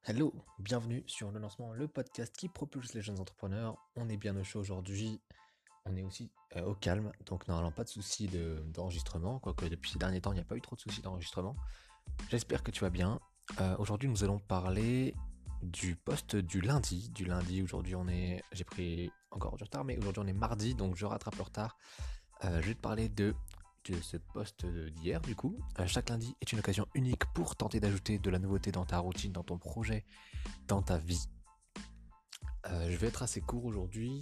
Hello, bienvenue sur le lancement, le podcast qui propulse les jeunes entrepreneurs. On est bien au chaud aujourd'hui, on est aussi au calme, donc normalement pas de soucis d'enregistrement, quoique depuis ces derniers temps il n'y a pas eu trop de soucis d'enregistrement. J'espère que tu vas bien. Aujourd'hui nous allons parler du post du lundi. Aujourd'hui j'ai pris encore du retard, mais aujourd'hui on est mardi, donc je rattrape le retard. Je vais te parler de ce post d'hier du coup. Chaque lundi est une occasion unique pour tenter d'ajouter de la nouveauté dans ta routine, dans ton projet, dans ta vie. Je vais être assez court aujourd'hui.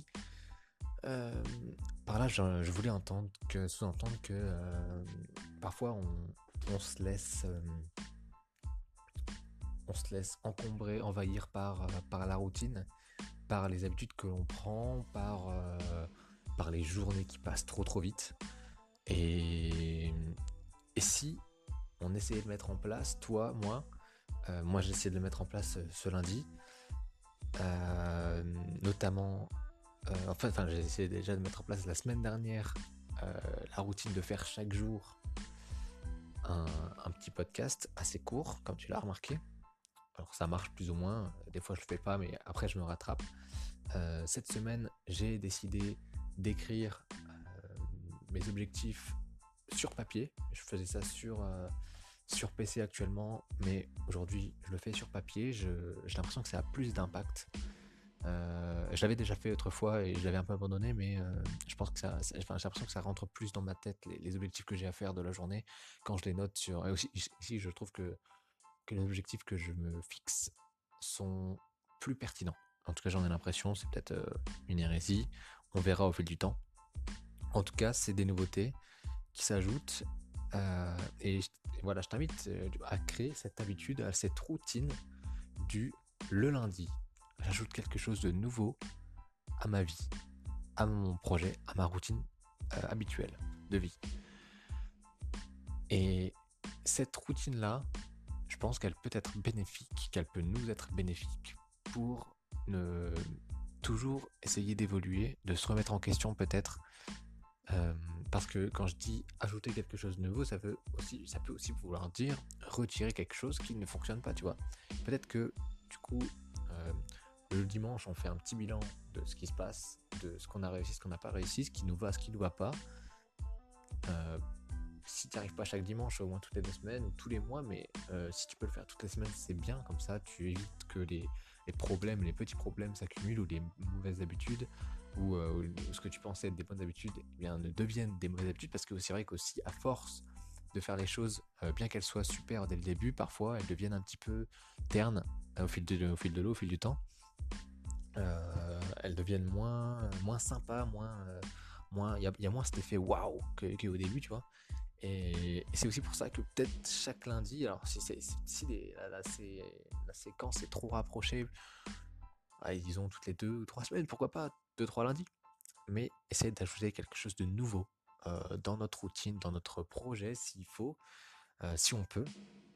Par là, je voulais sous-entendre que parfois on se laisse encombrer, envahir par la routine, par les habitudes que l'on prend, par les journées qui passent trop vite. Et, et si on essayait de mettre en place, toi, moi j'ai essayé de le mettre en place ce lundi, notamment j'ai essayé déjà de mettre en place la semaine dernière la routine de faire chaque jour un petit podcast assez court, comme tu l'as remarqué. Alors ça marche plus ou moins, des fois je le fais pas, mais après je me rattrape. Cette semaine, j'ai décidé d'écrire mes objectifs sur papier. Je faisais ça sur PC actuellement, mais aujourd'hui je le fais sur papier. J'ai l'impression que ça a plus d'impact. Je l'avais déjà fait autrefois et je l'avais un peu abandonné, mais je pense que j'ai l'impression que ça rentre plus dans ma tête les objectifs que j'ai à faire de la journée quand je les note sur. Et aussi, ici, je trouve que les objectifs que je me fixe sont plus pertinents. En tout cas, j'en ai l'impression, c'est peut-être une hérésie. On verra au fil du temps. En tout cas, c'est des nouveautés qui s'ajoutent. Et voilà, je t'invite à créer cette habitude, cette routine du le lundi. J'ajoute quelque chose de nouveau à ma vie, à mon projet, à ma routine habituelle de vie. Et cette routine-là, je pense qu'elle peut être bénéfique, qu'elle peut nous être bénéfique pour ne toujours essayer d'évoluer, de se remettre en question peut-être. Parce que quand je dis ajouter quelque chose de nouveau, ça peut aussi vouloir dire retirer quelque chose qui ne fonctionne pas, tu vois. Peut-être que du coup, euh, le dimanche, on fait un petit bilan de ce qui se passe, de ce qu'on a réussi, ce qu'on n'a pas réussi, ce qui nous va, ce qui nous va pas. Euh, Si tu n'y arrives pas chaque dimanche, au moins toutes les 2 semaines ou tous les mois, mais si tu peux le faire toutes les semaines, c'est bien, comme ça tu évites que les problèmes, les petits problèmes s'accumulent ou les mauvaises habitudes ou ce que tu pensais être des bonnes habitudes eh bien, ne deviennent des mauvaises habitudes, parce que c'est vrai qu'aussi à force de faire les choses, bien qu'elles soient super dès le début, parfois elles deviennent un petit peu ternes au fil de l'eau, au fil du temps. Elles deviennent moins sympas, il y a moins cet effet waouh qu'au début, tu vois. Et c'est aussi pour ça que peut-être chaque lundi, alors si la séquence est trop rapprochée, disons toutes les 2 ou 3 semaines, pourquoi pas 2, 3 lundis, mais essayer d'ajouter quelque chose de nouveau dans notre routine, dans notre projet, s'il faut, si on peut.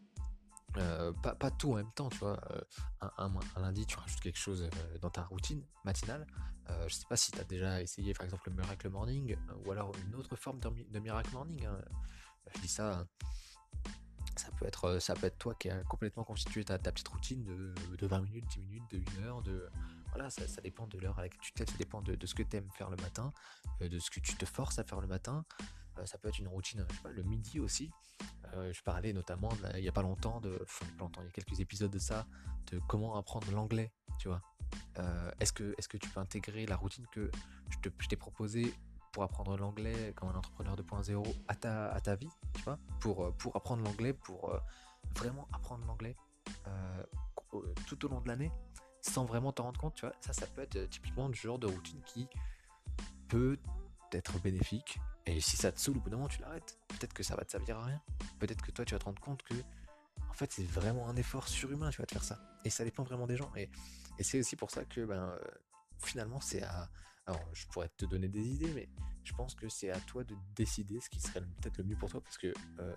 Pas tout en même temps, tu vois. Un lundi, tu rajoutes quelque chose dans ta routine matinale. Je sais pas si tu as déjà essayé, par exemple, le Miracle Morning ou alors une autre forme de Miracle Morning, hein. Je dis ça, hein. Ça peut être toi qui as complètement constitué ta petite routine de 20 minutes, 10 minutes, de 1 heure, voilà, ça dépend de l'heure à laquelle tu te lèves, ça dépend de ce que tu aimes faire le matin, de ce que tu te forces à faire le matin. Ça peut être une routine, je sais pas, le midi aussi. Je parlais notamment, il y a pas longtemps, il y a quelques épisodes de ça, de comment apprendre l'anglais, tu vois. Est-ce que tu peux intégrer la routine que je t'ai proposée pour apprendre l'anglais comme un entrepreneur 2.0 à ta vie, tu vois, pour apprendre l'anglais, pour vraiment apprendre l'anglais euh, tout au long de l'année, sans vraiment t'en rendre compte, tu vois. Ça peut être typiquement du genre de routine qui peut être bénéfique. Et si ça te saoule au bout d'un moment, tu l'arrêtes. Peut-être que ça va te servir à rien. Peut-être que toi, tu vas te rendre compte que, en fait, c'est vraiment un effort surhumain, tu vas te faire ça. Et ça dépend vraiment des gens. Et c'est aussi pour ça que, finalement, c'est à. Alors, je pourrais te donner des idées, mais je pense que c'est à toi de décider ce qui serait peut-être le mieux pour toi, parce que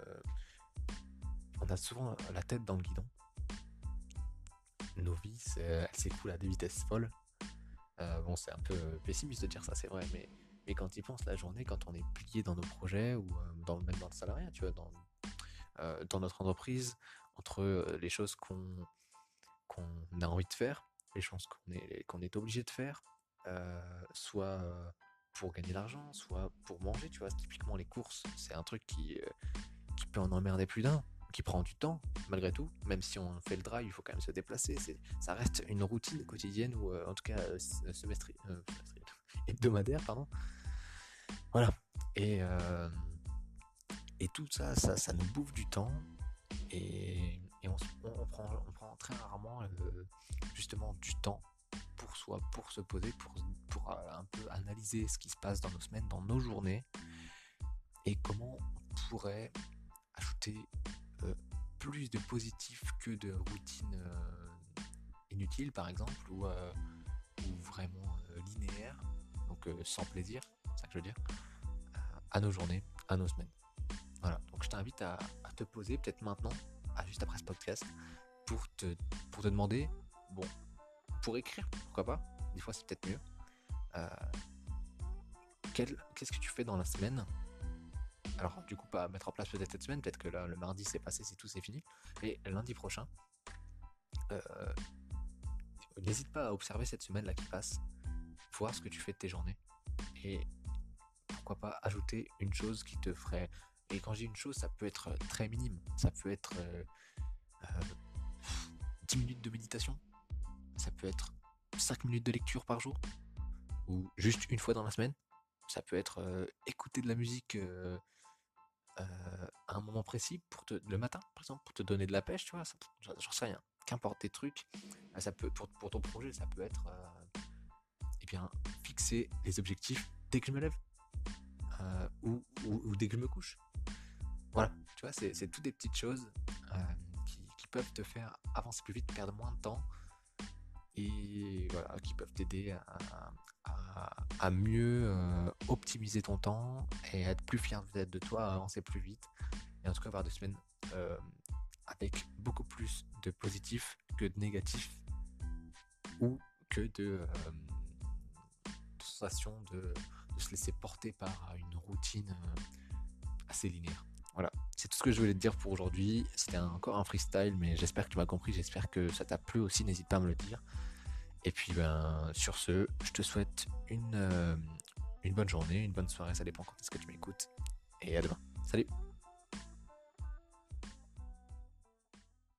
on a souvent la tête dans le guidon. Nos vies, elles s'écoulent à des vitesses folles. Bon, c'est un peu pessimiste de dire ça, c'est vrai, mais quand il pense la journée, quand on est plié dans nos projets ou même dans le salariat, tu vois, dans notre entreprise, entre les choses qu'on a envie de faire, les choses qu'on est obligé de faire, soit pour gagner de l'argent, soit pour manger, tu vois. Typiquement, les courses, c'est un truc qui peut en emmerder plus d'un, qui prend du temps, malgré tout. Même si on fait le drive, il faut quand même se déplacer. Ça reste une routine quotidienne ou en tout cas hebdomadaire, pardon. Voilà. Et, euh, et tout ça, ça nous bouffe du temps. Et on prend très rarement justement du temps pour soi, pour se poser, pour un peu analyser ce qui se passe dans nos semaines, dans nos journées, et comment on pourrait ajouter euh, plus de positif que de routine inutile, par exemple, ou vraiment linéaire, donc sans plaisir, c'est ça que je veux dire, à nos journées, à nos semaines. Voilà, donc je t'invite à te poser peut-être maintenant, juste après ce podcast, pour te, pour te demander, bon, pour écrire, pourquoi pas, des fois c'est peut-être mieux, euh, qu'est-ce que tu fais dans la semaine. Alors du coup pas mettre en place peut-être cette semaine, peut-être que là le mardi c'est passé, c'est tout, c'est fini, mais lundi prochain, euh, n'hésite pas à observer cette semaine là qui passe, voir ce que tu fais de tes journées, et pourquoi pas ajouter une chose qui te ferait. Et quand je dis une chose, ça peut être très minime, ça peut être 10 minutes de méditation, ça peut être 5 minutes de lecture par jour, ou juste une fois dans la semaine, ça peut être écouter de la musique à un moment précis, le matin par exemple, pour te donner de la pêche, tu vois, j'en sais rien, qu'importe tes trucs, ça peut, pour ton projet, ça peut être eh bien, fixer les objectifs dès que je me lève, ou dès que je me couche. Voilà, tu vois, c'est toutes des petites choses qui peuvent te faire avancer plus vite, perdre moins de temps, et voilà, qui peuvent t'aider à mieux optimiser ton temps et à être plus fier peut-être de toi, à avancer plus vite, et en tout cas avoir des semaines euh, avec beaucoup plus de positifs que de négatifs, ou que de sensation de se laisser porter par une routine assez linéaire. Voilà, c'est tout ce que je voulais te dire pour aujourd'hui. C'était encore un freestyle, mais j'espère que tu m'as compris, j'espère que ça t'a plu aussi, n'hésite pas à me le dire. Et puis ben sur ce, je te souhaite une bonne journée, une bonne soirée, ça dépend quand est-ce que tu m'écoutes. Et à demain. Salut!